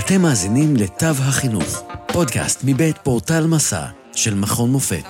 אתם מאזינים לתו החינוך, פודקאסט מבית פורטל מסע של מכון מופת.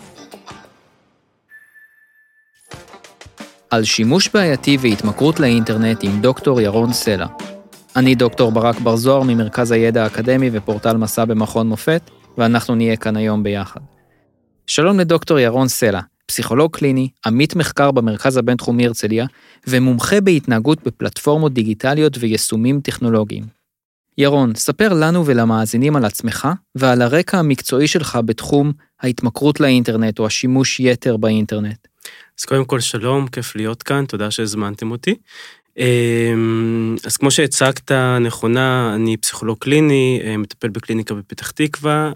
על שימוש בעייתי והתמכרות לאינטרנט עם דוקטור ירון סלע. אני דוקטור ברק בר זוהר ממרכז הידע האקדמי ופורטל מסע במכון מופת, ואנחנו נהיה כאן היום ביחד. שלום לדוקטור ירון סלע, פסיכולוג קליני, עמית מחקר במרכז הבינתחומי הרצליה, ומומחה בהתנהגות בפלטפורמות דיגיטליות ויישומים טכנולוגיים. ירון, ספר לנו ולמאזינים על עצמך ועל הרקע המקצועי שלך בתחום ההתמכרות לאינטרנט או השימוש יתר באינטרנט. אז קודם כל שלום, כיף להיות כאן, תודה שהזמנתם אותי. אז כמו שהצגת נכונה, אני פסיכולוג קליני, מטפל בקליניקה בפתח תקווה,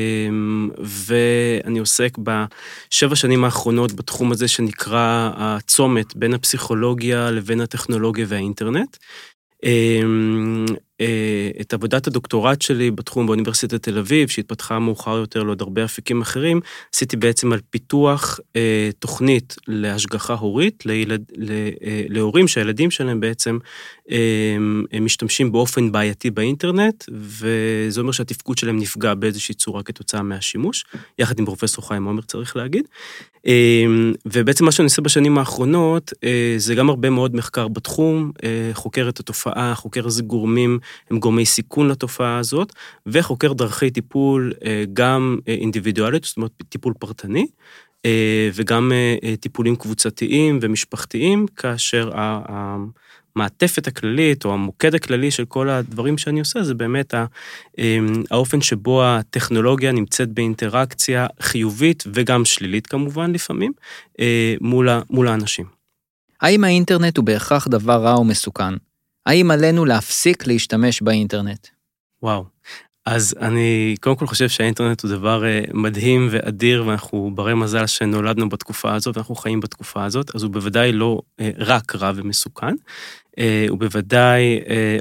ואני עוסק ב7 שנים האחרונות בתחום הזה שנקרא הצומת בין הפסיכולוגיה לבין הטכנולוגיה והאינטרנט. את עבודת הדוקטורט שלי בתחום באוניברסיטת תל אביב, שהתפתחה מאוחר יותר לעוד הרבה אפיקים אחרים, עשיתי בעצם על פיתוח תוכנית להשגחה הורית, להורים שהילדים שלהם בעצם משתמשים באופן בעייתי באינטרנט, וזה אומר שהתפקוד שלהם נפגע באיזושהי צורה כתוצאה מהשימוש, יחד עם פרופסור חיים עומר צריך להגיד. ובעצם מה שאני עושה בשנים האחרונות, זה גם הרבה מאוד מחקר בתחום, חוקר את התופעה, חוקר איזה גורמים, הם גורמי סיכון לתופעה הזאת, וחוקר דרכי טיפול גם אינדיבידואלית, זאת אומרת טיפול פרטני, וגם טיפולים קבוצתיים ומשפחתיים, כאשר המעטפת הכללית, או המוקד הכללי של כל הדברים שאני עושה, זה באמת האופן שבו הטכנולוגיה נמצאת באינטראקציה חיובית, וגם שלילית כמובן לפעמים, מול האנשים. האם האינטרנט הוא בהכרח דבר רע או מסוכן? האם עלינו להפסיק להשתמש באינטרנט? וואו, אז אני קודם כל חושב שהאינטרנט הוא דבר מדהים ואדיר, ואנחנו ברי מזל שנולדנו בתקופה הזאת, ואנחנו חיים בתקופה הזאת, אז הוא בוודאי לא רק רע ומסוכן, הוא בוודאי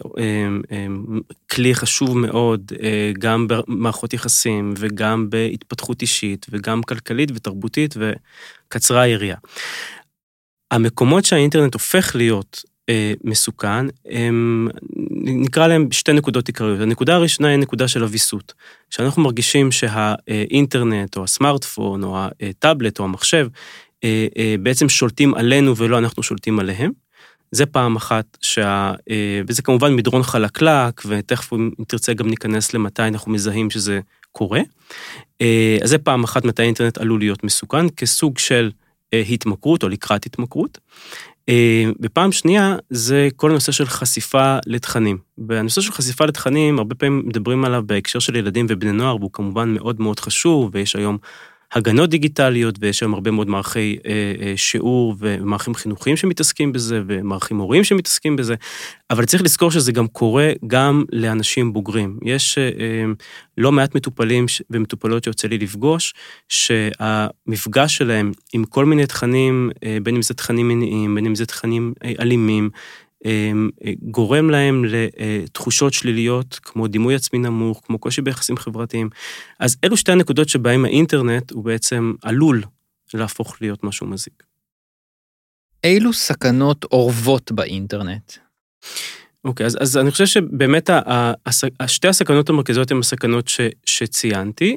כלי חשוב מאוד, גם במערכות יחסים, וגם בהתפתחות אישית, וגם כלכלית ותרבותית, וקצרה היריעה. המקומות שהאינטרנט הופך להיות מסוכן, נקרא להם 2 נקודות עיקריות. הנקודה הראשונה היא נקודה של הוויסות. כשאנחנו מרגישים שהאינטרנט או הסמארטפון או הטאבלט או המחשב בעצם שולטים עלינו ולא אנחנו שולטים עליהם, זה פעם אחת, וזה כמובן מדרון חלקלק, ותכף אם תרצה גם ניכנס למתי אנחנו מזהים שזה קורה. אז זה פעם אחת מתי האינטרנט עלול להיות מסוכן, כסוג של התמכרות או לקראת התמכרות. בפעם שנייה, זה כל הנושא של חשיפה לתכנים. והנושא של חשיפה לתכנים, הרבה פעמים מדברים עליו בהקשר של ילדים ובני נוער, והוא כמובן מאוד מאוד חשוב, ויש היום הגנות דיגיטליות, ויש היום הרבה מאוד מערכי שיעור, ומערכים חינוכיים שמתעסקים בזה, ומערכים הוריים שמתעסקים בזה, אבל צריך לזכור שזה גם קורה גם לאנשים בוגרים. יש לא מעט מטופלים ומטופלות שיוצא לי לפגוש, שהמפגש שלהם עם כל מיני תכנים, בין אם זה תכנים מיניים, בין אם זה תכנים אלימים, גורם להם לתחושות שליליות, כמו דימוי עצמי נמוך, כמו קושי ביחסים חברתיים. אז אלו 2 הנקודות שבהם האינטרנט הוא בעצם עלול להפוך להיות משהו מזיק. אילו סכנות אורבות באינטרנט? אוקיי, אז אני חושב שבאמת 2 הסכנות המרכזיות הן הסכנות שציינתי.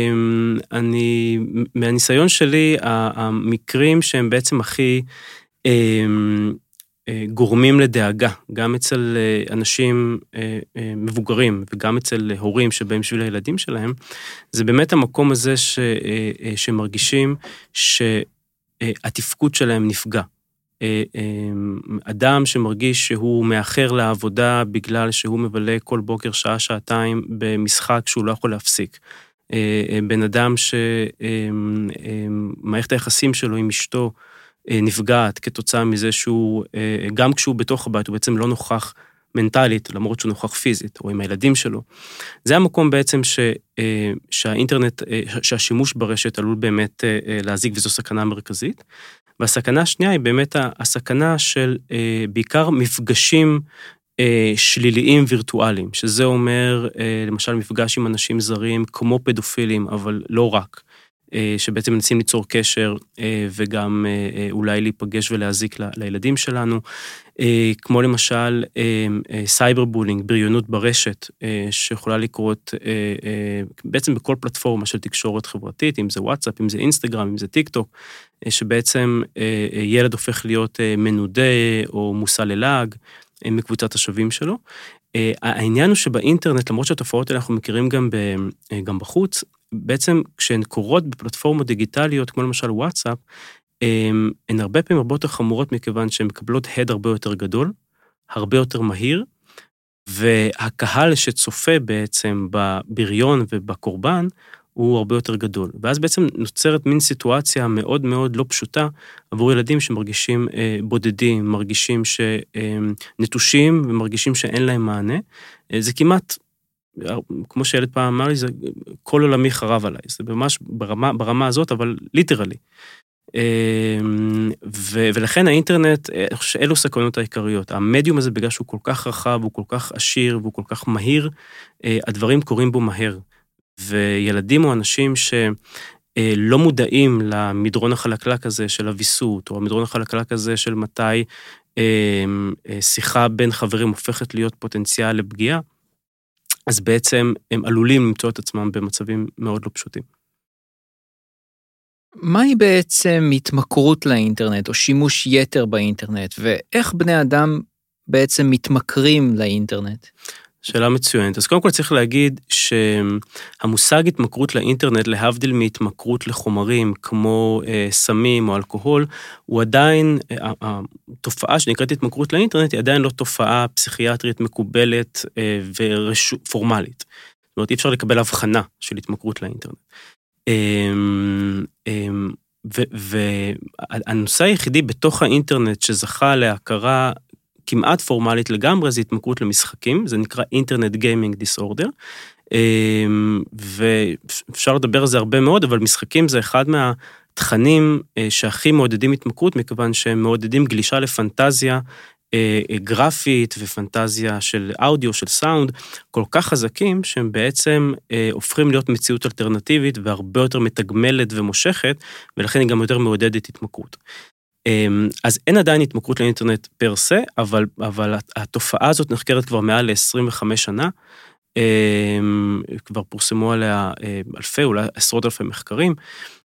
מהניסיון שלי, המקרים שהם בעצם הכי גורמים לדאגה, גם אצל אנשים מבוגרים וגם אצל הורים שבאים בשביל הילדים שלהם, זה באמת המקום הזה שמרגישים שהתפקוד שלהם נפגע. אדם שמרגיש שהוא מאחר לעבודה בגלל שהוא מבלה כל בוקר שעה-שעתיים במשחק שהוא לא יכול להפסיק. בן אדם שמערכת היחסים שלו עם אשתו נפגעת כתוצאה מזה שהוא, גם כשהוא בתוך הבית, הוא בעצם לא נוכח מנטלית, למרות שהוא נוכח פיזית, או עם הילדים שלו. זה המקום בעצם שהאינטרנט, שהשימוש ברשת עלול באמת להזיק, וזו סכנה מרכזית. והסכנה השנייה היא באמת הסכנה של בעיקר מפגשים שליליים וירטואליים, שזה אומר למשל מפגש עם אנשים זרים כמו פדופילים, אבל לא רק. שבעצם מנסים ליצור קשר וגם אולי להיפגש ולהזיק לילדים שלנו, כמו למשל סייבר בולינג, בריונות ברשת, שיכולה לקרות בעצם בכל פלטפורמה של תקשורת חברתית, אם זה וואטסאפ, אם זה אינסטגרם, אם זה טיק טוק, שבעצם ילד הופך להיות מנודה או מושא ללעג מקבוצת השווים שלו. העניין הוא שבאינטרנט, למרות שהתופעות האלה אנחנו מכירים גם בחוץ, בעצם כשהן קורות בפלטפורמות דיגיטליות, כמו למשל וואטסאפ, הן הרבה פעמים הרבה יותר חמורות מכיוון שהן מקבלות הד הרבה יותר גדול, הרבה יותר מהיר, והקהל שצופה בעצם בבריון ובקורבן, הוא הרבה יותר גדול. ואז בעצם נוצרת מין סיטואציה מאוד מאוד לא פשוטה, עבור ילדים שמרגישים בודדים, מרגישים שנטושים, ומרגישים שאין להם מענה. זה כמעט, כמו שילד פעם אמר לי, זה כל עולמי חרב עליי. זה ממש ברמה הזאת, אבל ליטרלי. ולכן האינטרנט, אלו סכנות העיקריות. המדיום הזה, בגלל שהוא כל כך רחב, הוא כל כך עשיר, והוא כל כך מהיר, הדברים קורים בו מהר. וילדים או אנשים שלא מודעים למדרון החלקלק הזה של הוויסות, או המדרון החלקלק הזה של מתי שיחה בין חברים הופכת להיות פוטנציאל לפגיעה, אז בעצם הם עלולים למצוא את עצמם במצבים מאוד לא פשוטים. מהי בעצם התמכרות לאינטרנט, או שימוש יתר באינטרנט, ואיך בני אדם בעצם מתמכרים לאינטרנט? שאלה מצוינת. אז קודם כל צריך להגיד שהמושג התמכרות לאינטרנט, להבדיל מהתמכרות לחומרים כמו סמים או אלכוהול, הוא עדיין, התופעה שנקראת התמכרות לאינטרנט, היא עדיין לא תופעה פסיכיאטרית מקובלת ופורמלית. זאת אומרת, אי אפשר לקבל הבחנה של התמכרות לאינטרנט. והנושא היחידי בתוך האינטרנט שזכה להכרה כמעט פורמלית לגמרי, זה התמכרות למשחקים, זה נקרא אינטרנט גיימינג דיסאורדר, ואפשר לדבר על זה הרבה מאוד, אבל משחקים זה אחד מהתכנים שהכי מעודדים התמכרות, מכיוון שהם מעודדים גלישה לפנטזיה גרפית ופנטזיה של אודיו, של סאונד, כל כך חזקים שהם בעצם הופכים להיות מציאות אלטרנטיבית והרבה יותר מתגמלת ומושכת, ולכן היא גם יותר מעודדת התמכרות. אז אין עדיין התמכרות לאינטרנט פר סה, אבל התופעה הזאת נחקרת כבר מעל ל-25 שנה, כבר פורסמו עליה אלפי, אולי עשרות אלפי מחקרים,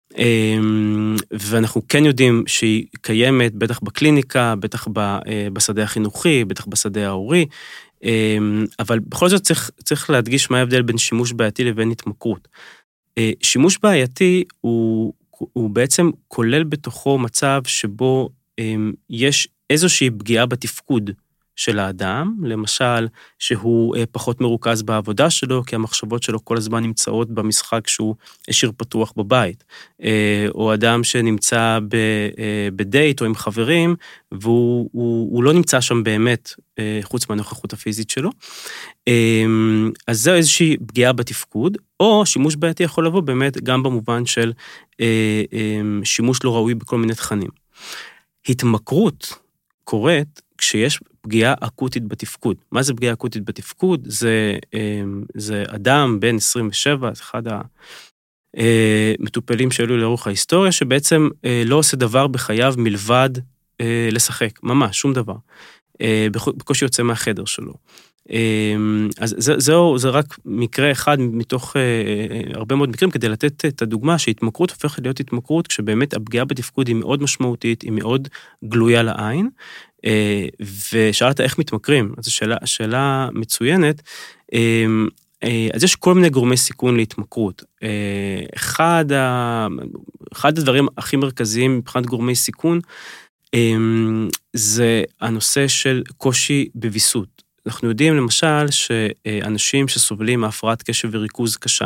ואנחנו כן יודעים שהיא קיימת, בטח בקליניקה, בטח בשדה החינוכי, בטח בשדה ההורי, אבל בכל זאת צריך להדגיש מה ההבדל בין שימוש בעייתי לבין התמכרות. שימוש בעייתי הוא בעצם כולל בתוכו מצב שבו יש איזושהי פגיעה בתפקוד של האדם, למשל שהוא פחות מרוכז בעבודה שלו, כי המחשבות שלו כל הזמן נמצאות במשחק שהוא השאיר פתוח בבית, או אדם שנמצא בדייט או עם חברים, והוא לא נמצא שם באמת, חוץ מהנוכחות הפיזית שלו. אז זו איזושהי פגיעה בתפקוד, או שימוש בעייתי יכול לבוא באמת גם במובן של שימוש לא ראוי בכל מיני תכנים. התמכרות קורית כשיש פגיעה אקוטית בתפקוד. מה זה פגיעה אקוטית בתפקוד? זה אדם בן 27, אחד המטופלים שהעלו לאורך ההיסטוריה, שבעצם לא עושה דבר בחייו מלבד לשחק, ממש, שום דבר. בקושי יוצא מהחדר שלו. אז זה רק מקרה אחד מתוך הרבה מאוד מקרים, כדי לתת את הדוגמה שהתמכרות הופכת להיות התמכרות, כשבאמת הפגיעה בתפקוד היא מאוד משמעותית, היא מאוד גלויה לעין, ושאלת איך מתמכרים, אז שאלה מצוינת, אז יש כל מיני גורמי סיכון להתמכרות. אחד הדברים הכי מרכזיים מבחינת גורמי סיכון, זה הנושא של קושי בוויסות. אנחנו יודעים למשל שאנשים שסובלים מהפרעת קשב וריכוז קשה,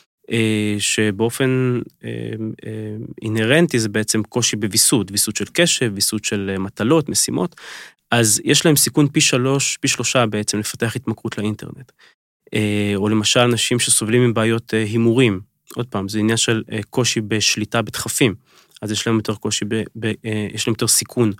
שבאופן אינרנטי זה בעצם קושי בוויסות, ויסות של קשב, ויסות של מטלות, משימות, אז יש להם סיכון פי 3 בעצם לפתח התמכרות לאינטרנט. או למשל אנשים שסובלים עם בעיות הימורים, עוד פעם, זה עניין של קושי בשליטה בדחפים, אז יש להם יותר קושי, יש להם יותר סיכון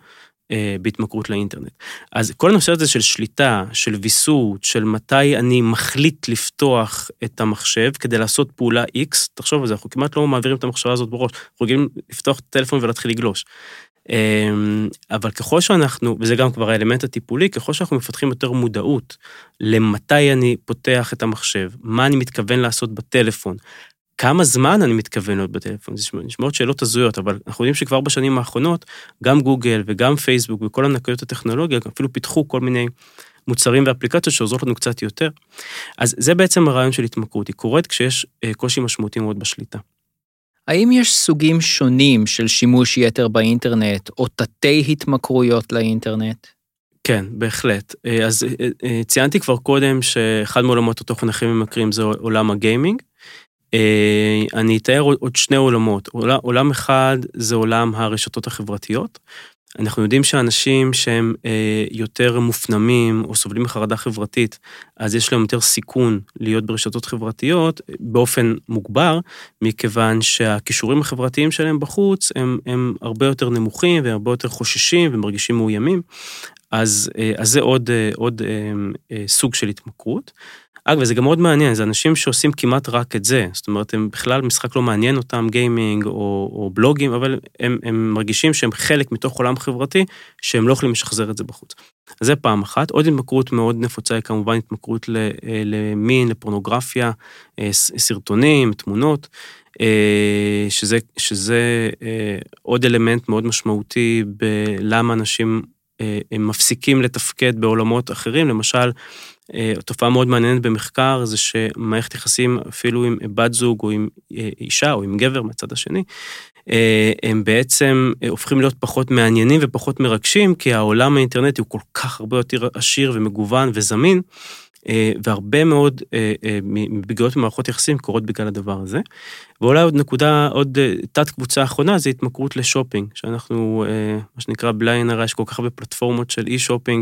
בהתמכרות לאינטרנט. אז כל הנושא הזה של שליטה, של ויסות, של מתי אני מחליט לפתוח את המחשב כדי לעשות פעולה X, תחשוב על זה, אנחנו כמעט לא מעבירים את המחשבה הזאת בראש, אנחנו רגילים לפתוח את הטלפון ולהתחיל לגלוש. אבל ככל שאנחנו, וזה גם כבר האלמנט הטיפולי, ככל שאנחנו מפתחים יותר מודעות למתי אני פותח את המחשב, מה אני מתכוון לעשות בטלפון, כמה זמן אני מתכוון להיות בטלפון, זה נשמעות שאלות הזויות, אבל אנחנו יודעים שכבר בשנים האחרונות, גם גוגל וגם פייסבוק וכל ענקיות הטכנולוגיה, אפילו פיתחו כל מיני מוצרים ואפליקציות שעוזרות לנו קצת יותר. אז זה בעצם הרעיון של התמכרות, היא קורית כשיש קושי משמעותי מאוד בשליטה. האם יש סוגים שונים של שימוש יתר באינטרנט, או תתי התמכרויות לאינטרנט? כן, בהחלט. אז ציינתי כבר קודם שאחד מעולמות התוכן הכי ממכרים זה עולם הגיימינג. אני אתאר עוד שני עולמות. עולם אחד זה עולם הרשתות החברתיות. אנחנו יודעים שאנשים שהם יותר מופנמים או סובלים מחרדה חברתית, אז יש להם יותר סיכון להיות ברשתות חברתיות באופן מוגבר, מכיוון שהכישורים החברתיים שלהם בחוץ הם הרבה יותר נמוכים והרבה יותר חוששים ומרגישים מאוימים. אז זה עוד סוג של התמכרות. אגב, זה גם מאוד מעניין, זה אנשים שעושים כמעט רק את זה, זאת אומרת, הם בכלל משחק לא מעניין אותם, גיימינג או בלוגים, אבל הם מרגישים שהם חלק מתוך עולם חברתי, שהם לא יכולים לשחזר את זה בחוץ. אז זה פעם אחת. עוד התמכרות מאוד נפוצה היא כמובן התמכרות למין, לפורנוגרפיה, סרטונים, תמונות, שזה עוד אלמנט מאוד משמעותי בלמה אנשים הם מפסיקים לתפקד בעולמות אחרים, למשל, תופעה מאוד מעניינת במחקר, זה שמערכת יחסים אפילו עם בת זוג או עם אישה או עם גבר מהצד השני, הם בעצם הופכים להיות פחות מעניינים ופחות מרגשים, כי העולם האינטרנטי הוא כל כך הרבה יותר עשיר ומגוון וזמין, והרבה מאוד פגיעות במערכות יחסים קורות בגלל הדבר הזה. ואולי עוד תת קבוצה האחרונה, זה התמכרות לשופינג, שאנחנו, מה שנקרא בליין הרע, יש כל כך הרבה פלטפורמות של אי-שופינג,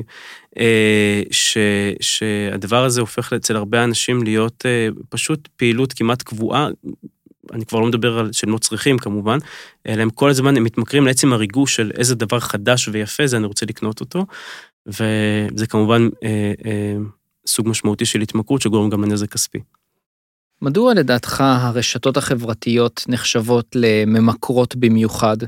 שהדבר הזה הופך אצל הרבה אנשים להיות פשוט פעילות כמעט קבועה, אני כבר לא מדבר על שהם לא צריכים כמובן, אלא הם כל הזמן הם מתמכרים לעצם הריגוש של איזה דבר חדש ויפה, זה אני רוצה לקנות אותו, וזה כמובן סוג משמעותי של התמכרות שגורם גם לנזק כספי. מדוע לדעתך הרשתות החברתיות נחשבות לממכרות במיוחד?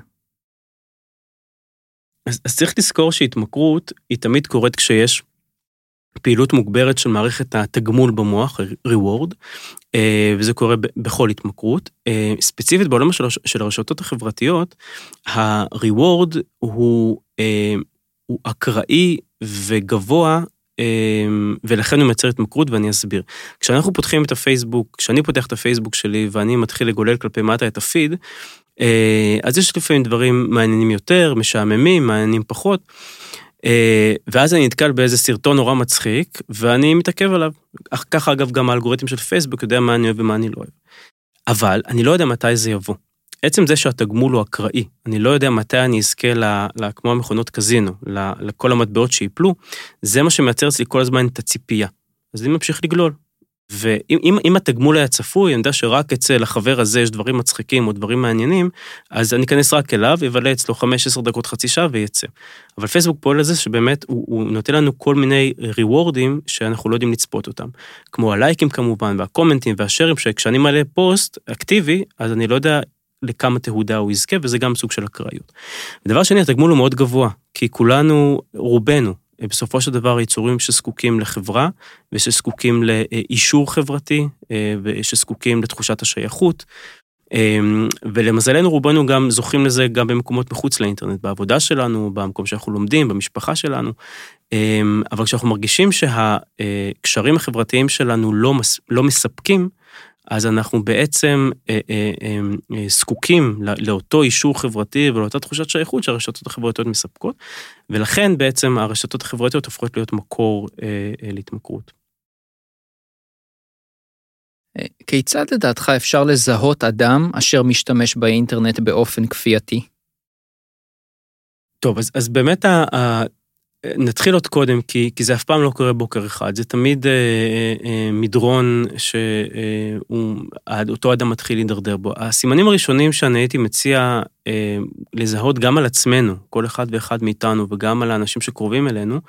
אז צריך לזכור שהתמכרות היא תמיד קורית כשיש פעילות מוגברת של מערכת התגמול במוח, reward, וזה קורה בכל התמכרות. ספציפית בעולם של הרשתות החברתיות, ה-reward הוא אקראי וגבוה, ולכן הוא מייצר התמכרות, ואני אסביר. כשאנחנו פותחים את הפייסבוק, כשאני פותח את הפייסבוק שלי, ואני מתחיל לגולל כלפי מטה את הפיד, אז יש לפעמים דברים מעניינים יותר, משעממים, מעניינים פחות, ואז אני נתקל באיזה סרטון נורא מצחיק, ואני מתעכב עליו. ככה אגב גם האלגוריתם של פייסבוק יודע מה אני אוהב ומה אני לא אוהב. אבל אני לא יודע מתי זה יבוא. עצם זה שהתגמול הוא אקראי, אני לא יודע מתי אני אזכה כמו המכונות קזינו, לכל המטבעות שיפלו, זה מה שמייצר אצלי כל הזמן את הציפייה. אז אני ממשיך לגלול. ואם התגמול היה צפוי, אני יודע שרק אצל החבר הזה יש דברים מצחיקים או דברים מעניינים, אז אני אכנס רק אליו, יבלה אצלו 15 דקות חצי שעה ויצא. אבל פייסבוק פועל לזה שבאמת הוא נותן לנו כל מיני ריוורדים שאנחנו לא יודעים לצפות אותם. כמו הלייקים כמובן, והקומנטים והשרים, שכשאני מעלה פוסט אקטיבי, אז אני לא יודע לכמה תהודה הוא יזכה, וזה גם סוג של אקראיות. ודבר שני, התגמול הוא מאוד גבוה, כי כולנו, רובנו, בסופו של דבר יצורים שזקוקים לחברה, ושזקוקים לאישור חברתי, ושזקוקים לתחושת השייכות, ולמזלנו רובנו גם זוכים לזה גם במקומות מחוץ לאינטרנט, בעבודה שלנו, במקום שאנחנו לומדים, במשפחה שלנו, אבל כשאנחנו מרגישים שהקשרים החברתיים שלנו לא מספקים, אז אנחנו בעצם זקוקים לאותו אישור חברתי ולאותה תחושת שייכות שהרשתות החברתיות מספקות, ולכן בעצם הרשתות החברתיות הופכות להיות מקור להתמכרות. כיצד לדעתך אפשר לזהות אדם אשר משתמש באינטרנט באופן כפייתי? טוב, אז באמת נתחיל עוד קודם, כי זה אף פעם לא קורה בוקר אחד, זה תמיד מדרון שאותו אדם מתחיל להידרדר בו. הסימנים הראשונים שאני הייתי מציע לזהות גם על עצמנו, כל אחד ואחד מאיתנו, וגם על האנשים שקרובים אלינו,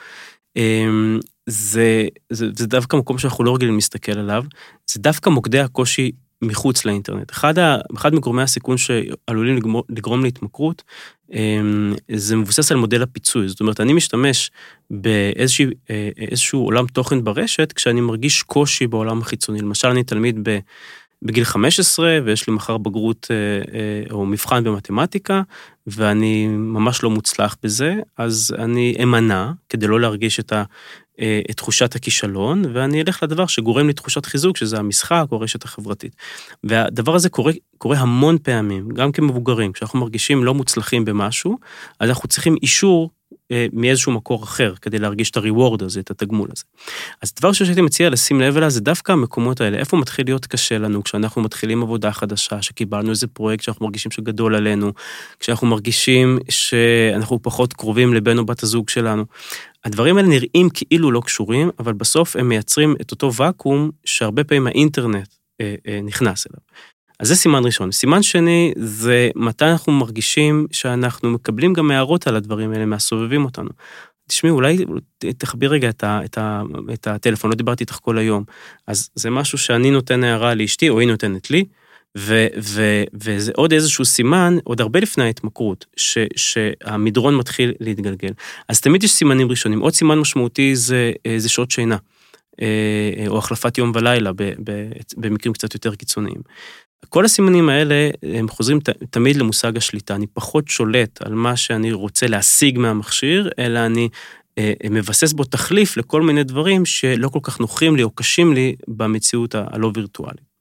זה דווקא מקום שאנחנו לא רגילים להסתכל עליו, זה דווקא מוקדי הקושי מחוץ לאינטרנט. אחד מגורמי הסיכון שעלולים לגרום להתמכרות, זה מבוסס על מודל הפיצוי. זאת אומרת, אני משתמש באיזשהו עולם תוכן ברשת, כשאני מרגיש קושי בעולם החיצוני. למשל, אני תלמיד בגיל 15, ויש לי מחר בגרות או מבחן במתמטיקה, ואני ממש לא מוצלח בזה, אז אני אמנע, כדי לא להרגיש את תחושת הכישלון, ואני אלך לדבר שגורם לי תחושת חיזוק, שזה המשחק או הרשת החברתית. והדבר הזה קורה המון פעמים, גם כמבוגרים, כשאנחנו מרגישים לא מוצלחים במשהו, אז אנחנו צריכים אישור מאיזשהו מקור אחר, כדי להרגיש את הריוורד הזה, את התגמול הזה. אז דבר שהייתי מציע לשים לב אליו, זה דווקא המקומות האלה, איפה מתחיל להיות קשה לנו, כשאנחנו מתחילים עבודה חדשה, שקיבלנו איזה פרויקט שאנחנו מרגישים שגדול עלינו, כשאנחנו מרגישים שאנחנו פחות קרובים לבן או בת הזוג שלנו. הדברים האלה נראים כאילו לא קשורים, אבל בסוף הם מייצרים את אותו ואקום, שהרבה פעמים האינטרנט נכנס אליו. אז זה סימן ראשון. סימן שני, זה מתי אנחנו מרגישים שאנחנו מקבלים גם הערות על הדברים האלה, מהסובבים אותנו. תשמעי, אולי תחביר רגע את הטלפון, לא דיברתי איתך כל היום. אז זה משהו שאני נותן הערה לאשתי, או היא נותנת לי, וזה עוד איזשהו סימן, עוד הרבה לפני ההתמכרות, שהמדרון מתחיל להתגלגל. אז תמיד יש סימנים ראשונים. עוד סימן משמעותי זה שעות שינה, או החלפת יום ולילה, במקרים קצת יותר קיצוניים. כל הסימנים האלה, הם חוזרים תמיד למושג השליטה. אני פחות שולט על מה שאני רוצה להשיג מהמכשיר, אלא אני מבסס בו תחליף לכל מיני דברים שלא כל כך נוחים לי או קשים לי במציאות הלא וירטואלית.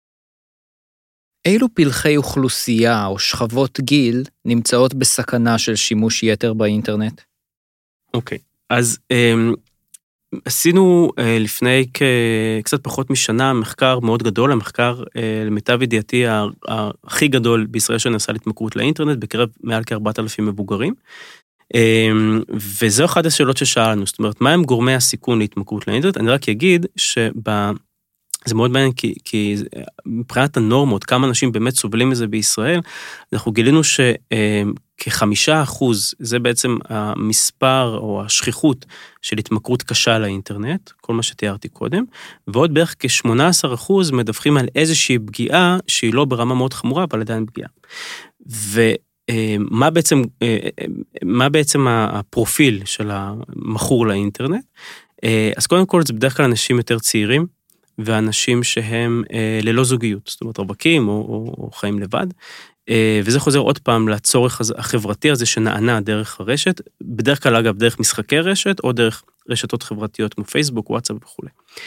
אילו פלחי אוכלוסייה או שכבות גיל נמצאות בסכנה של שימוש יתר באינטרנט? אוקיי, אז עשינו לפני קצת פחות משנה מחקר מאוד גדול, המחקר למיטב ידיעתי הכי גדול בישראל שנעשה להתמכרות לאינטרנט, בקרב מעל כ4,000 מבוגרים, וזו אחת השאלות ששאלנו, זאת אומרת, מה הם גורמי הסיכון להתמכרות לאינטרנט? אני רק אגיד זה מאוד מעניין, כי מבחינת הנורמות, כמה אנשים באמת סובלים מזה בישראל, אנחנו גילינו שכ5%, זה בעצם המספר או השכיחות של התמכרות קשה לאינטרנט, כל מה שתיארתי קודם, ועוד בערך כ18% מדווחים על איזושהי פגיעה, שהיא לא ברמה מאוד חמורה, אבל עדיין פגיעה. מה בעצם הפרופיל של המכור לאינטרנט? אז קודם כל זה בדרך כלל אנשים יותר צעירים, ואנשים שהם ללא זוגיות, זאת אומרת רווקים או חיים לבד, וזה חוזר עוד פעם לצורך החברתי הזה שנענה דרך הרשת, בדרך כלל אגב דרך משחקי רשת, או דרך רשתות חברתיות כמו פייסבוק, וואטסאפ וכו'.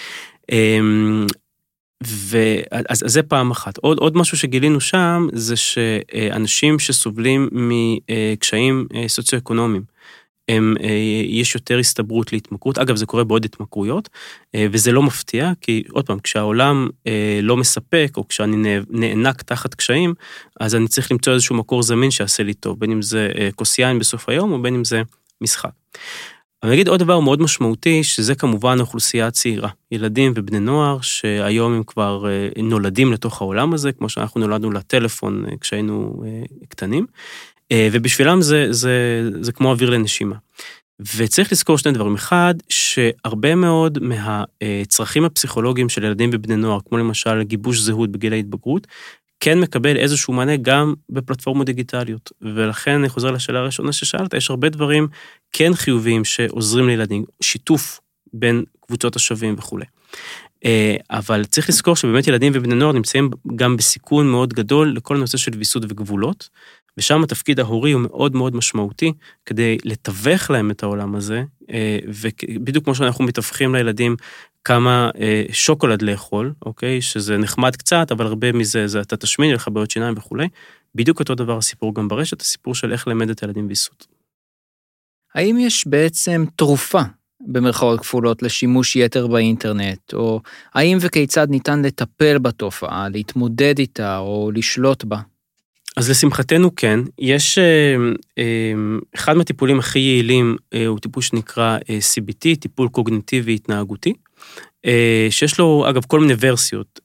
אז זה פעם אחת. עוד משהו שגילינו שם, זה שאנשים שסובלים מקשיים סוציו-אקונומיים, יש יותר הסתברות להתמכרות, אגב זה קורה בעוד התמכרויות, וזה לא מפתיע, כי עוד פעם, כשהעולם לא מספק, או כשאני נאנק תחת קשיים, אז אני צריך למצוא איזשהו מקור זמין שיעשה לי טוב, בין אם זה כוס יין בסוף היום, או בין אם זה משחק. אני אגיד עוד דבר מאוד משמעותי, שזה כמובן האוכלוסייה הצעירה, ילדים ובני נוער, שהיום הם כבר נולדים לתוך העולם הזה, כמו שאנחנו נולדנו לטלפון כשהיינו קטנים, ובשבילם זה כמו אוויר לנשימה. וצריך לזכור שני דברים. אחד, שהרבה מאוד מהצרכים הפסיכולוגיים של ילדים ובני נוער, כמו למשל גיבוש זהות בגיל ההתבגרות, כן מקבל איזשהו מענה גם בפלטפורמות דיגיטליות. ולכן אני חוזר לשאלה הראשונה ששאלת, יש הרבה דברים כן חיוביים שעוזרים לילדים, שיתוף בין קבוצות השווים וכו'. אבל צריך לזכור שבאמת ילדים ובני נוער נמצאים גם בסיכון מאוד גדול לכל נושא של ויסות וגבולות, ושם התפקיד ההורי הוא מאוד מאוד משמעותי, כדי לתווך להם את העולם הזה, ובדיוק כמו שאנחנו מתווכים לילדים כמה שוקולד לאכול, אוקיי? שזה נחמד קצת, אבל הרבה מזה זה אתה תשמין, לך בעיות שיניים וכו'. בדיוק אותו דבר הסיפור גם ברשת, הסיפור של איך למד את הילדים ויסות. האם יש בעצם תרופה, במרכאות כפולות, לשימוש יתר באינטרנט, או האם וכיצד ניתן לטפל בתופעה, להתמודד איתה או לשלוט בה? אז לשמחתנו כן, יש אחד מהטיפולים הכי יעילים, הוא טיפול שנקרא CBT, טיפול קוגניטיבי התנהגותי, שיש לו אגב כל מיני ורסיות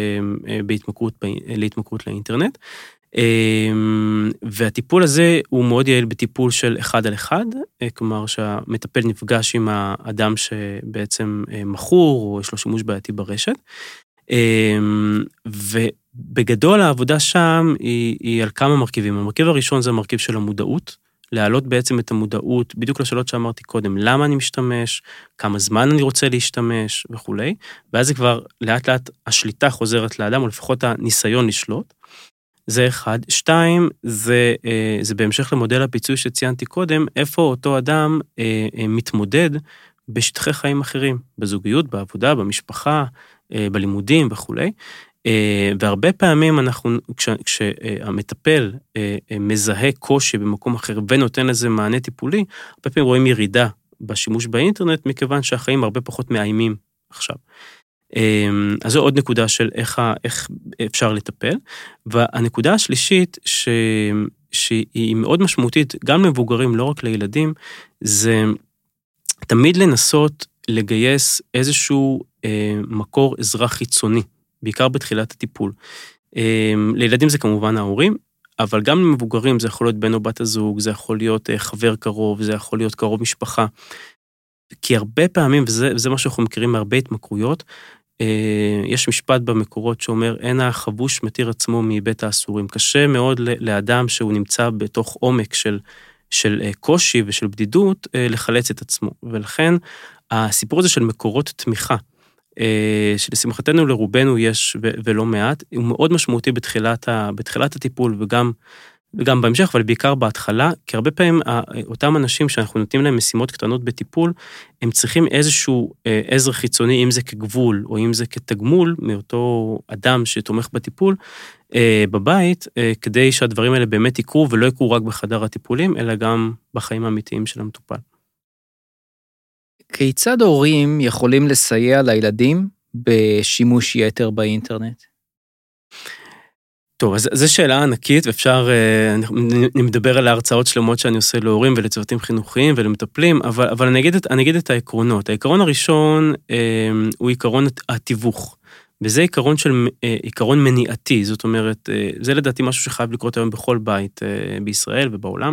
להתמכרות לאינטרנט, והטיפול הזה הוא מאוד יעיל בטיפול של 1 על 1, כלומר שהמטפל נפגש עם האדם שבעצם מכור או יש לו שימוש בעייתי ברשת, ובגדול העבודה שם היא על כמה מרכיבים. המרכיב הראשון זה המרכיב של המודעות, להעלות בעצם את המודעות, בדיוק לשאלות שאמרתי קודם, למה אני משתמש, כמה זמן אני רוצה להשתמש וכולי, ואז זה כבר לאט לאט השליטה חוזרת לאדם, או לפחות הניסיון לשלוט. זה 1. 2, זה בהמשך למודל הפיצוי שציינתי קודם, איפה אותו אדם מתמודד בשטחי חיים אחרים, בזוגיות, בעבודה, במשפחה, בלימודים וכולי, והרבה פעמים כשהמטפל מזהה קושי במקום אחר ונותן לזה מענה טיפולי, הרבה פעמים רואים ירידה בשימוש באינטרנט, מכיוון שהחיים הרבה פחות מאיימים עכשיו. אז זו עוד נקודה של איך אפשר לטפל, והנקודה השלישית שהיא מאוד משמעותית, גם למבוגרים, לא רק לילדים, זה תמיד לנסות לגייס איזשהו מקור עזרה חיצוני, בעיקר בתחילת הטיפול. לילדים זה כמובן ההורים, אבל גם למבוגרים זה יכול להיות בן או בת הזוג, זה יכול להיות חבר קרוב, זה יכול להיות קרוב משפחה, כי הרבה פעמים, וזה מה שאנחנו מכירים מהרבה התמכרויות, יש משפט במקורות שאומר, אין החבוש מתיר עצמו מבית האסורים. קשה מאוד לאדם שהוא נמצא בתוך עומק של קושי ושל בדידות, לחלץ את עצמו. ולכן הסיפור הזה של מקורות תמיכה, שלשמחתנו לרובנו יש ולא מעט, הוא מאוד משמעותי בתחילת הטיפול וגם בהמשך, אבל בעיקר בהתחלה, כי הרבה פעמים אותם אנשים שאנחנו נותנים להם משימות קטנות בטיפול, הם צריכים איזשהו עזר חיצוני, אם זה כגבול או אם זה כתגמול מאותו אדם שתומך בטיפול בבית, כדי שהדברים האלה באמת יקרו ולא יקרו רק בחדר הטיפולים, אלא גם בחיים האמיתיים של המטופל. כיצד הורים יכולים לסייע לילדים בשימוש יתר באינטרנט? טוב, אז זו שאלה ענקית, ואפשר, אני מדבר על ההרצאות שלמות שאני עושה להורים ולצוותים חינוכיים ולמטפלים, אבל אני אגיד את העקרונות. העיקרון הראשון הוא עיקרון התיווך, וזה עיקרון מניעתי, זאת אומרת, זה לדעתי משהו שחייב לקרות היום בכל בית בישראל ובעולם,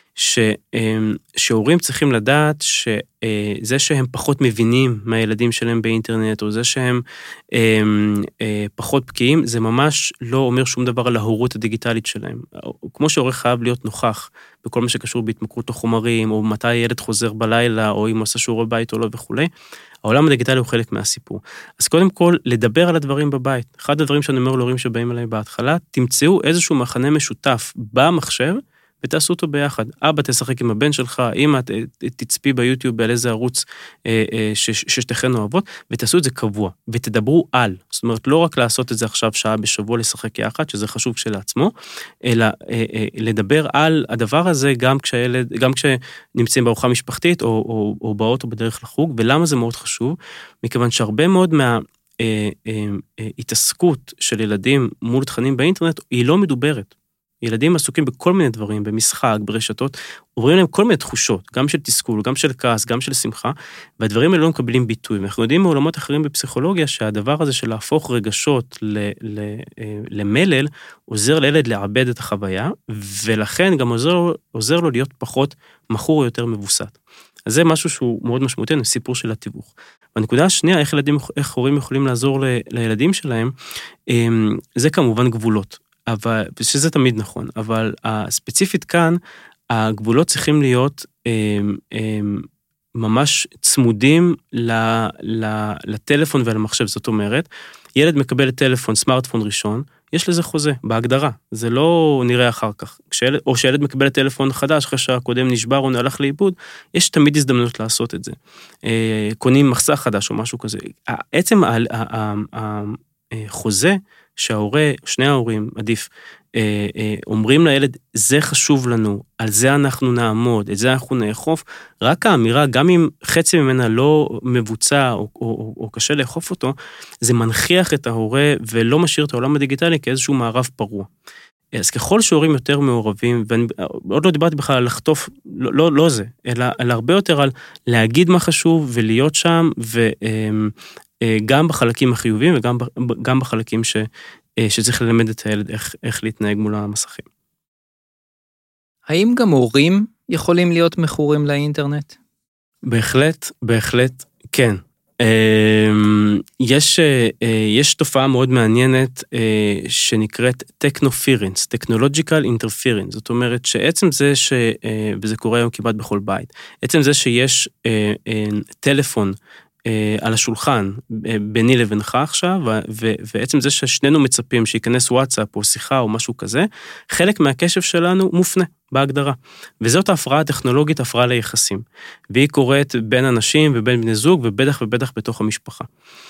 שהורים צריכים לדעת שזה שהם פחות מבינים מהילדים שלהם באינטרנט, או זה שהם פחות בקיאים, זה ממש לא אומר שום דבר על ההורות הדיגיטלית שלהם. כמו שהורה חייב להיות נוכח בכל מה שקשור בהתמכרות לחומרים, או מתי הילד חוזר בלילה, או אם הוא עושה שיעורי בית או לא וכו'. העולם הדיגיטלי הוא חלק מהסיפור. אז קודם כל, לדבר על הדברים בבית. אחד הדברים שאני אומר להורים שבאים אליי בהתחלה, תמצאו איזשהו מחנה משותף במחשב, ותעשו אותו ביחד. אבא תשחק עם הבן שלך, אמא תצפי ביוטיוב על איזה ערוץ ששתיכן אוהבות, ותעשו את זה קבוע, ותדברו על. זאת אומרת, לא רק לעשות את זה עכשיו שעה בשבוע לשחק יחד, שזה חשוב כשלעצמו, אלא לדבר על הדבר הזה גם כשנמצאים בארוחה משפחתית, או באוטו בדרך לחוג, ולמה זה מאוד חשוב? מכיוון שהרבה מאוד התעסקות של ילדים מול תכנים באינטרנט, היא לא מדוברת. ילדים עסוקים בכל מיני דברים, במשחק, ברשתות, עוברים להם כל מיני תחושות, גם של תסכול, גם של כעס, גם של שמחה, והדברים האלה לא מקבלים ביטוי. ואנחנו יודעים מעולמות אחרים בפסיכולוגיה, שהדבר הזה של להפוך רגשות למלל, עוזר לילד לעבד את החוויה, ולכן גם עוזר לו להיות פחות מכור או יותר מבוסת. אז זה משהו שהוא מאוד משמעותי, סיפור של התיווך. והנקודה השנייה, איך הורים יכולים לעזור לילדים שלהם, זה כמובן גבולות. שזה תמיד נכון, אבל הספציפית כאן, הגבולות צריכים להיות ממש צמודים לטלפון ולמחשב. זאת אומרת, ילד מקבל טלפון, סמארטפון ראשון, יש לזה חוזה, בהגדרה, זה לא נראה אחר כך. או שילד מקבל טלפון חדש, אחרי שהקודם נשבר או הלך לאיבוד, יש תמיד הזדמנות לעשות את זה. קונים מחסה חדש או משהו כזה. עצם החוזה, שההורה, שני ההורים, עדיף, אומרים לילד, זה חשוב לנו, על זה אנחנו נעמוד, את זה אנחנו נאכוף, רק האמירה, גם אם חצי ממנה לא מבוצע או קשה לאכוף אותו, זה מנחיח את ההורה ולא משאיר את העולם הדיגיטלי כאיזשהו מערב פרוע. אז ככל שהורים יותר מעורבים, ואני עוד לא דיברתי בכלל על לחטוף, לא זה, אלא הרבה יותר על להגיד מה חשוב ולהיות שם, וגם בחלקים החיוביים וגם בחלקים שצריך ללמד את הילד איך להתנהג מול המסכים. האם גם הורים יכולים להיות מכורים לאינטרנט? בהחלט, כן. יש תופעה מאוד מעניינת שנקראת Technoference, Technological Interference, זאת אומרת שעצם זה וזה קורה היום כמעט בכל בית, עצם זה שיש טלפון על השולחן ביני לבינך עכשיו, ועצם זה ששנינו מצפים שיכנס וואטסאפ או שיחה או משהו כזה, חלק מהקשב שלנו מופנה בהגדרה. וזאת ההפרעה הטכנולוגית, הפרעה ליחסים. והיא קורית בין אנשים ובין בני זוג, ובטח בתוך המשפחה.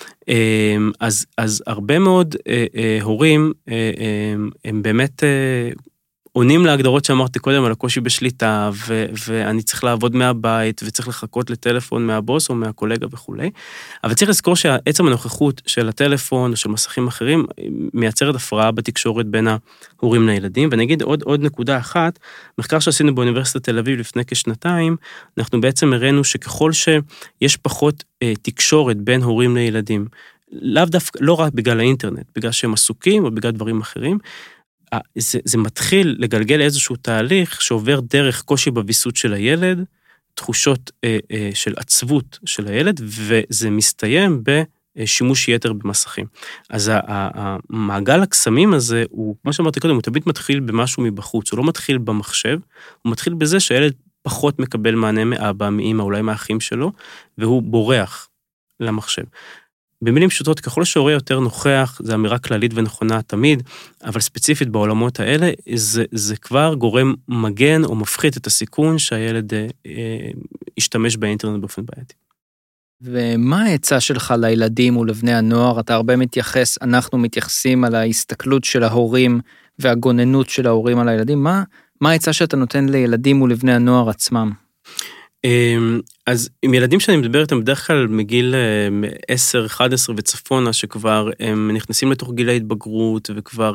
אז הרבה מאוד הורים הם באמת עונים להגדרות שאמרתי קודם על הקושי בשליטה, ואני צריך לעבוד מהבית, וצריך לחכות לטלפון מהבוס או מהקולגה וכו'. אבל צריך לזכור שעצם הנוכחות של הטלפון או של מסכים אחרים, מייצרת הפרעה בתקשורת בין ההורים לילדים. ואני אגיד עוד נקודה אחת, מחקר שעשינו באוניברסיטת תל אביב לפני כשנתיים, אנחנו בעצם הראינו שככל שיש פחות תקשורת בין הורים לילדים, לאו דווקא, לא רק בגלל האינטרנט, בגלל שהם עסוקים או בגלל דברים אחרים, זה מתחיל לגלגל איזשהו תהליך שעובר דרך קושי בביסות של הילד, תחושות של עצבות של הילד, וזה מסתיים בשימוש יתר במסכים. אז המעגל הקסמים הזה, הוא, כמו שאמרתי קודם, הוא תמיד מתחיל במשהו מבחוץ, הוא לא מתחיל במחשב, הוא מתחיל בזה שהילד פחות מקבל מענה מאבא, מאמא, אולי מהאחים שלו, והוא בורח למחשב. במילים פשוטות, ככל שההורה יותר נוכח, זו אמירה כללית ונכונה תמיד, אבל ספציפית בעולמות האלה, זה כבר גורם מגן או מפחית את הסיכון שהילד ישתמש באינטרנט באופן בעייתי. ומה העצה שלך לילדים ולבני הנוער? אתה הרבה אנחנו מתייחסים על ההסתכלות של ההורים והגוננות של ההורים על הילדים. מה העצה שאתה נותן לילדים ולבני הנוער עצמם? אז עם ילדים שאני מדבר איתם בדרך כלל מגיל 10, 11 וצפונה, שכבר הם נכנסים לתוך גיל ההתבגרות,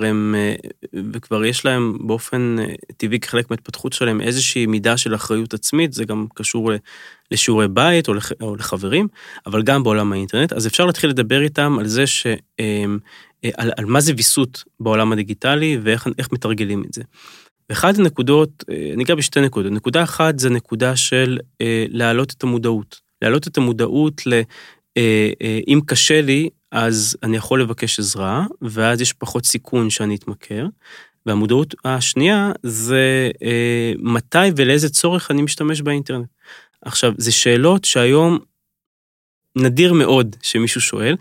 וכבר יש להם באופן טבעי כחלק מההתפתחות שלהם איזושהי מידה של אחריות עצמית, זה גם קשור לשיעורי בית או לחברים, אבל גם בעולם האינטרנט, אז אפשר להתחיל לדבר איתם על זה על מה זה ויסות בעולם הדיגיטלי, ואיך מתרגלים את זה. ואחת הנקודות, ניגע בשתי נקודות. נקודה אחת זה נקודה של להעלות את המודעות. להעלות את המודעות אם קשה לי, אז אני יכול לבקש עזרה, ואז יש פחות סיכון שאני אתמכר. והמודעות השנייה זה מתי ולאיזה צורך אני משתמש באינטרנט. עכשיו, זה שאלות שהיום נדיר מאוד שמישהו שואל,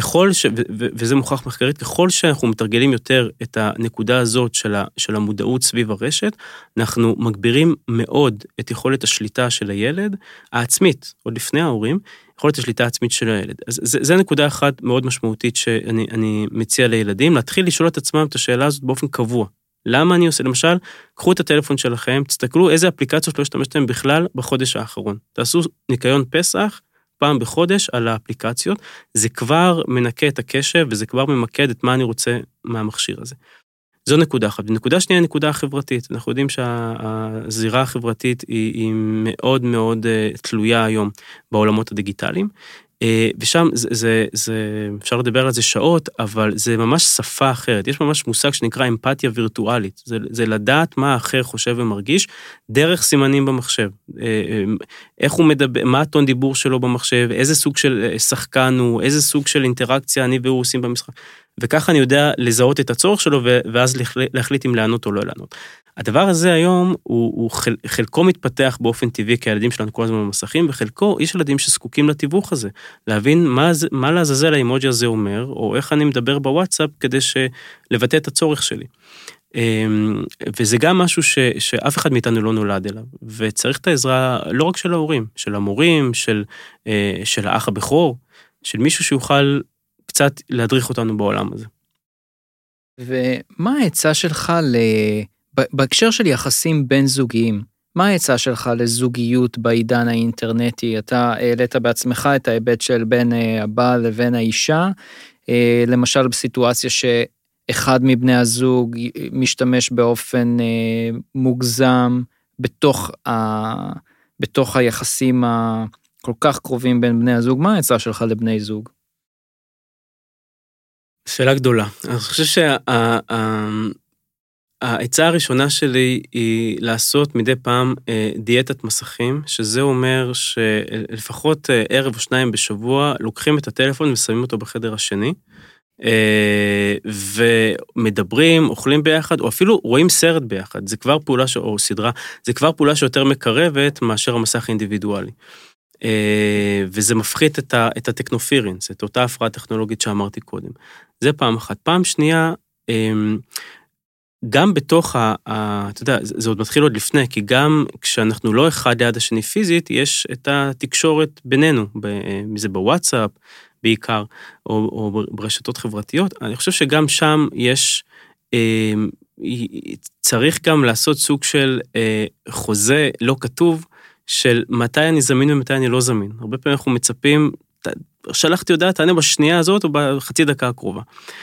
וזה מוכח מחקרית, ככל שאנחנו מתרגלים יותר את הנקודה הזאת של המודעות סביב הרשת, אנחנו מגבירים מאוד את יכולת השליטה של הילד, העצמית, עוד לפני ההורים, יכולת השליטה העצמית של הילד. אז זה נקודה אחת מאוד משמעותית שאני מציע לילדים, להתחיל לשאול את עצמם את השאלה הזאת באופן קבוע. למה אני עושה? למשל, קחו את הטלפון שלכם, תסתכלו איזה אפליקציות לא השתמשתם בכלל בחודש האחרון. תעשו ניקיון פסח, פעם בחודש על האפליקציות, זה כבר מנקה את הקשב, וזה כבר ממקד את מה אני רוצה מהמכשיר הזה. זו נקודה אחת. ונקודה שנייה, נקודה החברתית. אנחנו יודעים שהזירה החברתית היא מאוד מאוד תלויה היום בעולמות הדיגיטליים, ושם אפשר לדבר על זה שעות, אבל זה ממש שפה אחרת. יש ממש מושג שנקרא אמפתיה וירטואלית. זה לדעת מה האחר חושב ומרגיש, דרך סימנים במחשב. איך הוא מדבר, מה הטון דיבור שלו במחשב, איזה סוג של שחקן הוא, איזה סוג של אינטראקציה אני והוא עושים במשחק. וככה אני יודע לזהות את הצורך שלו, ואז להחליט אם לענות או לא לענות. הדבר הזה היום, הוא חלקו מתפתח באופן טבעי, כי הילדים שלנו כל הזמן במסכים, וחלקו, יש ילדים שזקוקים לתיווך הזה, להבין מה לעזאזל האימוג'י הזה אומר, או איך אני מדבר בוואטסאפ, כדי לבטא את הצורך שלי. וזה גם משהו שאף אחד מאיתנו לא נולד אליו, וצריך את העזרה לא רק של ההורים, של המורים, של האח הבכור, של מישהו שיוכל קצת להדריך אותנו בעולם הזה. ומה העצה שלך בהקשר של יחסים בין זוגיים? מה העצה שלך לזוגיות בעידן האינטרנטי? אתה העלית בעצמך את ההיבט של בין הבעל לבין האישה, למשל בסיטואציה אחד מבני הזוג משתמש באופן מוגזם בתוך היחסים הכל כך קרובים בין בני הזוג. מה העצה שלך לבני זוג? שאלה גדולה. אני חושב העצה הראשונה שלי היא לעשות מדי פעם דיאטת מסכים, שזה אומר שלפחות ערב או שניים בשבוע לוקחים את הטלפון ושמים אותו בחדר השני, ומדברים, אוכלים ביחד, או אפילו רואים סרט ביחד. זה כבר פעולה או סדרה, זה כבר פעולה שיותר מקרבת מאשר המסך האינדיבידואלי. וזה מפחית את הטכנופירינס, את אותה הפרעה טכנולוגית שאמרתי קודם. זה פעם אחת. פעם שנייה, גם בתוך אתה יודע, זה עוד מתחיל עוד לפני, כי גם כשאנחנו לא אחד ליד השני פיזית, יש את התקשורת בינינו, מזה בוואטסאפ בעיקר, או ברשתות חברתיות. אני חושב שגם שם יש, צריך גם לעשות סוג של חוזה לא כתוב, של מתי אני זמין ומתי אני לא זמין. הרבה פעמים אנחנו מצפים, שלחתי הודעה, תענה בשנייה הזאת או בחצי דקה הקרובה.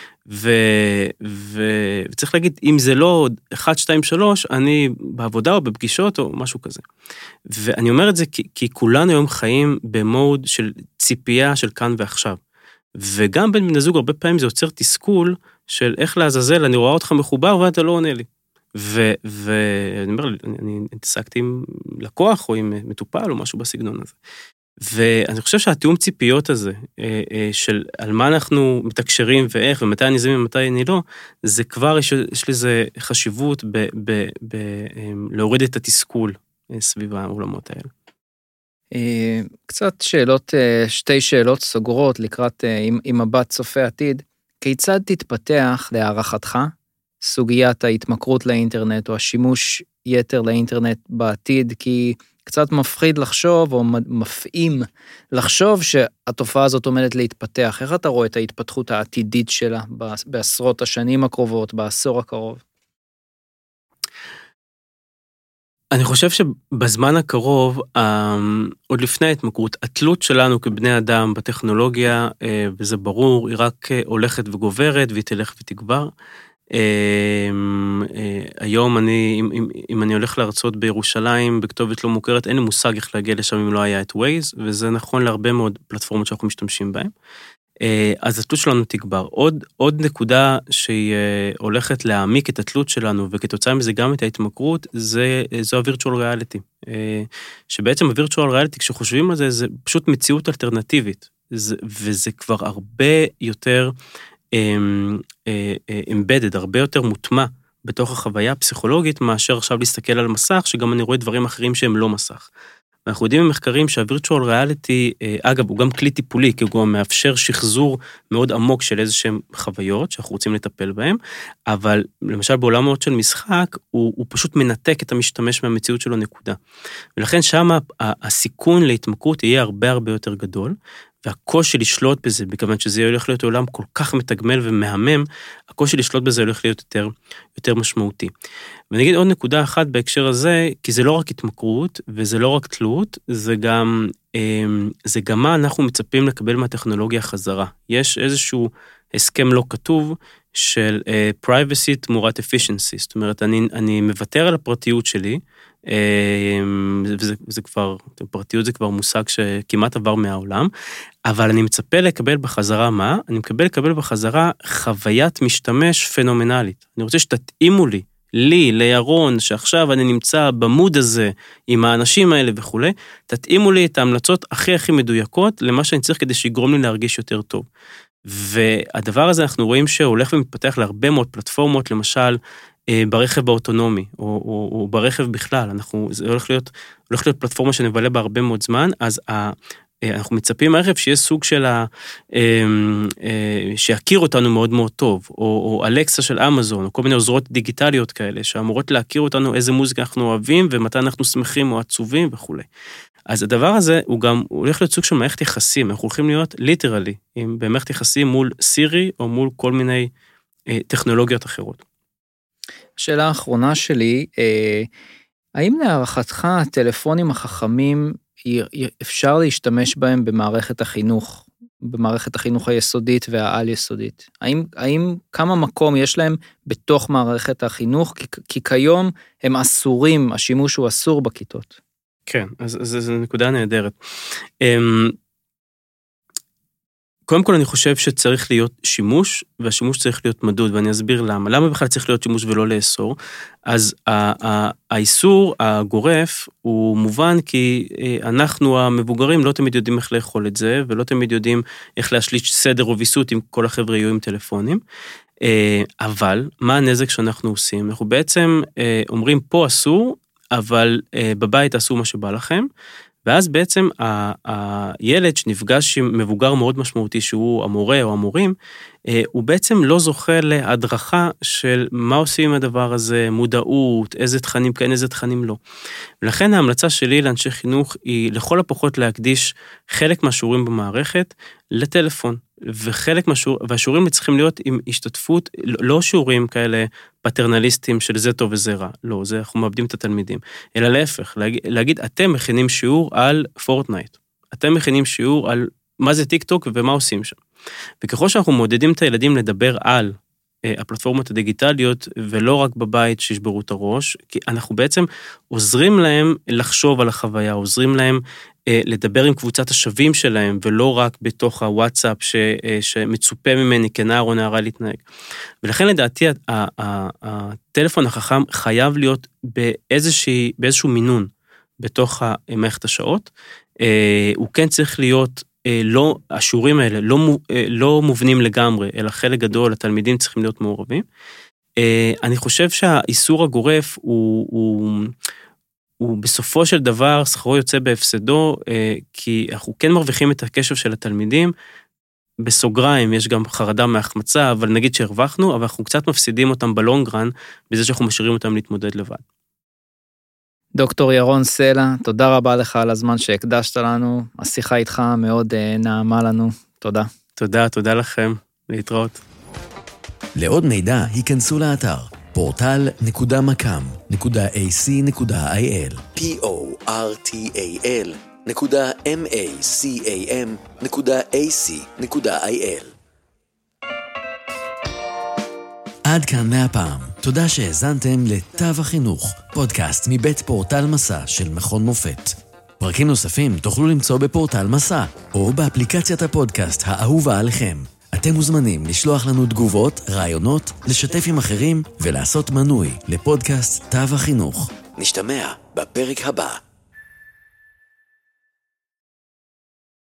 וצריך להגיד, אם זה לא 1, 2, 3, אני בעבודה או בפגישות או משהו כזה. ואני אומר את זה כי כולנו היום חיים במוד של ציפייה של כאן ועכשיו. וגם בין בני זוג הרבה פעמים זה יוצר תסכול של איך לעזאזל, אני רואה אותך מחובר ואתה לא עונה לי. ואני אומר, אני התעסקתי עם לקוח או עם מטופל או משהו בסגנון הזה. ואני חושב שהתיאום ציפיות הזה, של על מה אנחנו מתקשרים ואיך, ומתי אני זמין ומתי אני לא, זה כבר יש לזה חשיבות להוריד את התסכול סביב העולמות האלה. קצת שאלות, 2 שאלות סגורות לקראת עם מבט צופה עתיד. כיצד תתפתח להערכתך סוגיית ההתמכרות לאינטרנט או השימוש יתר לאינטרנט בעתיד? כי קצת מפחיד לחשוב או מפעים לחשוב שהתופעה הזאת עומדת להתפתח. איך אתה רואה את ההתפתחות העתידית שלה בעשרות השנים הקרובות, בעשור הקרוב? אני חושב שבזמן הקרוב, עוד לפני ההתמכרות, התלות שלנו כבני אדם בטכנולוגיה, וזה ברור, היא רק הולכת וגוברת והיא תלך ותגבר. היום אם אני הולך להרצות בירושלים, בכתובת לא מוכרת, אין לי מושג איך להגיע לשם אם לא היה את ווייז, וזה נכון להרבה מאוד פלטפורמות שאנחנו משתמשים בהן. אז התלות שלנו תגבר. עוד נקודה שהיא הולכת להעמיק את התלות שלנו, וכתוצאה מזה גם את ההתמכרות, זו הווירטואל ריאליטי. שבעצם הווירטואל ריאליטי, כשחושבים על זה, זה פשוט מציאות אלטרנטיבית, וזה כבר הרבה יותר embedded, הרבה יותר מוטמע בתוך החוויה הפסיכולוגית, מאשר עכשיו להסתכל על מסך, שגם אני רואה דברים אחרים שהם לא מסך. ואנחנו יודעים במחקרים שהווירטואל ריאליטי, אגב, הוא גם כלי טיפולי, כי הוא מאפשר שחזור מאוד עמוק של איזשהם חוויות, שאנחנו רוצים לטפל בהם, אבל למשל בעולמות של משחק, הוא פשוט מנתק את המשתמש מהמציאות שלו נקודה. ולכן שם הסיכון להתמכרות יהיה הרבה הרבה יותר גדול, והקושי לשלוט בזה, מכיוון שזה הולך להיות עולם כל כך מתגמל ומהמם, הקושי לשלוט בזה הולך להיות יותר משמעותי. ואני אגיד עוד נקודה אחת בהקשר הזה, כי זה לא רק התמכרות, וזה לא רק תלות, זה גם מה אנחנו מצפים לקבל מהטכנולוגיה חזרה. יש איזשהו הסכם לא כתוב של privacy תמורת efficiency, זאת אומרת, אני מוותר על הפרטיות שלי, וזה כבר, פרטיות זה כבר מושג שכמעט עבר מהעולם, אבל אני מצפה לקבל בחזרה מה? אני מקבל לקבל בחזרה חוויית משתמש פנומנלית. אני רוצה שתתאימו לי, לירון, שעכשיו אני נמצא במוד הזה, עם האנשים האלה וכו', תתאימו לי את ההמלצות הכי הכי מדויקות, למה שאני צריך כדי שיגרום לי להרגיש יותר טוב. והדבר הזה אנחנו רואים שהולך ומתפתח להרבה מאוד פלטפורמות, למשל, ברכב האוטונומי, או ברכב בכלל, זה הולך להיות פלטפורמה שנבלה בה הרבה מאוד זמן, אז אנחנו מצפים מהרכב שיהיה סוג של שיכיר אותנו מאוד מאוד טוב, או אלקסה של אמזון, או כל מיני עוזרות דיגיטליות כאלה, שאמורות להכיר אותנו איזה מוזיקה אנחנו אוהבים, ומתי אנחנו שמחים או עצובים וכו'. אז הדבר הזה הוא גם הולך להיות סוג של מערכת יחסים, אנחנו הולכים להיות ליטרלי, במערכת יחסים מול סירי, או מול כל מיני טכנולוגיות אחרות. השאלה האחרונה שלי, האם להערכתך הטלפונים החכמים אפשר להשתמש בהם במערכת החינוך? במערכת החינוך היסודית והעל יסודית? כמה מקום יש להם בתוך מערכת החינוך? כי כיום הם אסורים, השימוש הוא אסור בכיתות. כן, אז זו נקודה נהדרת. קודם כל אני חושב שצריך להיות שימוש, והשימוש צריך להיות מדוד, ואני אסביר למה. למה בכלל צריך להיות שימוש ולא לאסור? אז האיסור הגורף הוא מובן כי אנחנו המבוגרים לא תמיד יודעים איך לאכול את זה, ולא תמיד יודעים איך להשליט סדר או ויסות אם כל החבר'ה יהיו עם טלפונים. אבל מה הנזק שאנחנו עושים? אנחנו בעצם אומרים פה אסור, אבל בבית עשו מה שבא לכם, ואז בעצם הילד שנפגש עם מבוגר מאוד משמעותי, שהוא המורה או המורים, הוא בעצם לא זוכה להדרכה של מה עושים עם הדבר הזה, מודעות, איזה תכנים כן, איזה תכנים לא. ולכן ההמלצה שלי לאנשי חינוך היא לכל הפחות להקדיש חלק מהשיעורים במערכת לטלפון, והשיעורים צריכים להיות עם השתתפות, לא שיעורים כאלה פטרנליסטים של זה טוב וזה רע, לא, זה אנחנו מאבדים את התלמידים, אלא להפך, להגיד, אתם מכינים שיעור על פורטנייט, אתם מכינים שיעור על מה זה טיק טוק ומה עושים שם. וככל שאנחנו מודדים את הילדים לדבר על הפלטפורמות הדיגיטליות, ולא רק בבית שישברו את הראש, כי אנחנו בעצם עוזרים להם לחשוב על החוויה, עוזרים להם לדבר עם קבוצת השווים שלהם, ולא רק בתוך הוואטסאפ שמצופה ממני כנער או נערה להתנהג. ולכן לדעתי הטלפון החכם חייב להיות באיזשהו מינון בתוך מערכת השעות, הוא כן צריך להיות השיעורים האלה לא מובנים לגמרי, אלא חלק גדול, התלמידים צריכים להיות מעורבים. אני חושב שהאיסור הגורף הוא בסופו של דבר, שכרו יוצא בהפסדו, כי אנחנו כן מרוויחים את הקשב של התלמידים, בסוגריים יש גם חרדה מהחמצה, אבל נגיד שהרווחנו, אבל אנחנו קצת מפסידים אותם בלונגרן, בזה שאנחנו משאירים אותם להתמודד לבד. דוקטור ירון סלע, תודה רבה לך על הזמן שהקדשת לנו, השיחה איתך מאוד נעמה לנו, תודה. תודה לכם, להתראות. לעוד מידע, היכנסו לאתר portal.macam.ac.il portal.macam.ac.il עד כאן מהפעם. תודה שהאזנתם לתו החינוך, פודקאסט מבית פורטל מסע של מכון מופת. פרקים נוספים תוכלו למצוא בפורטל מסע, או באפליקציית הפודקאסט האהובה עליכם. אתם מוזמנים לשלוח לנו תגובות, רעיונות, לשתף עם אחרים, ולעשות מנוי לפודקאסט תו החינוך. נשתמע בפרק הבא.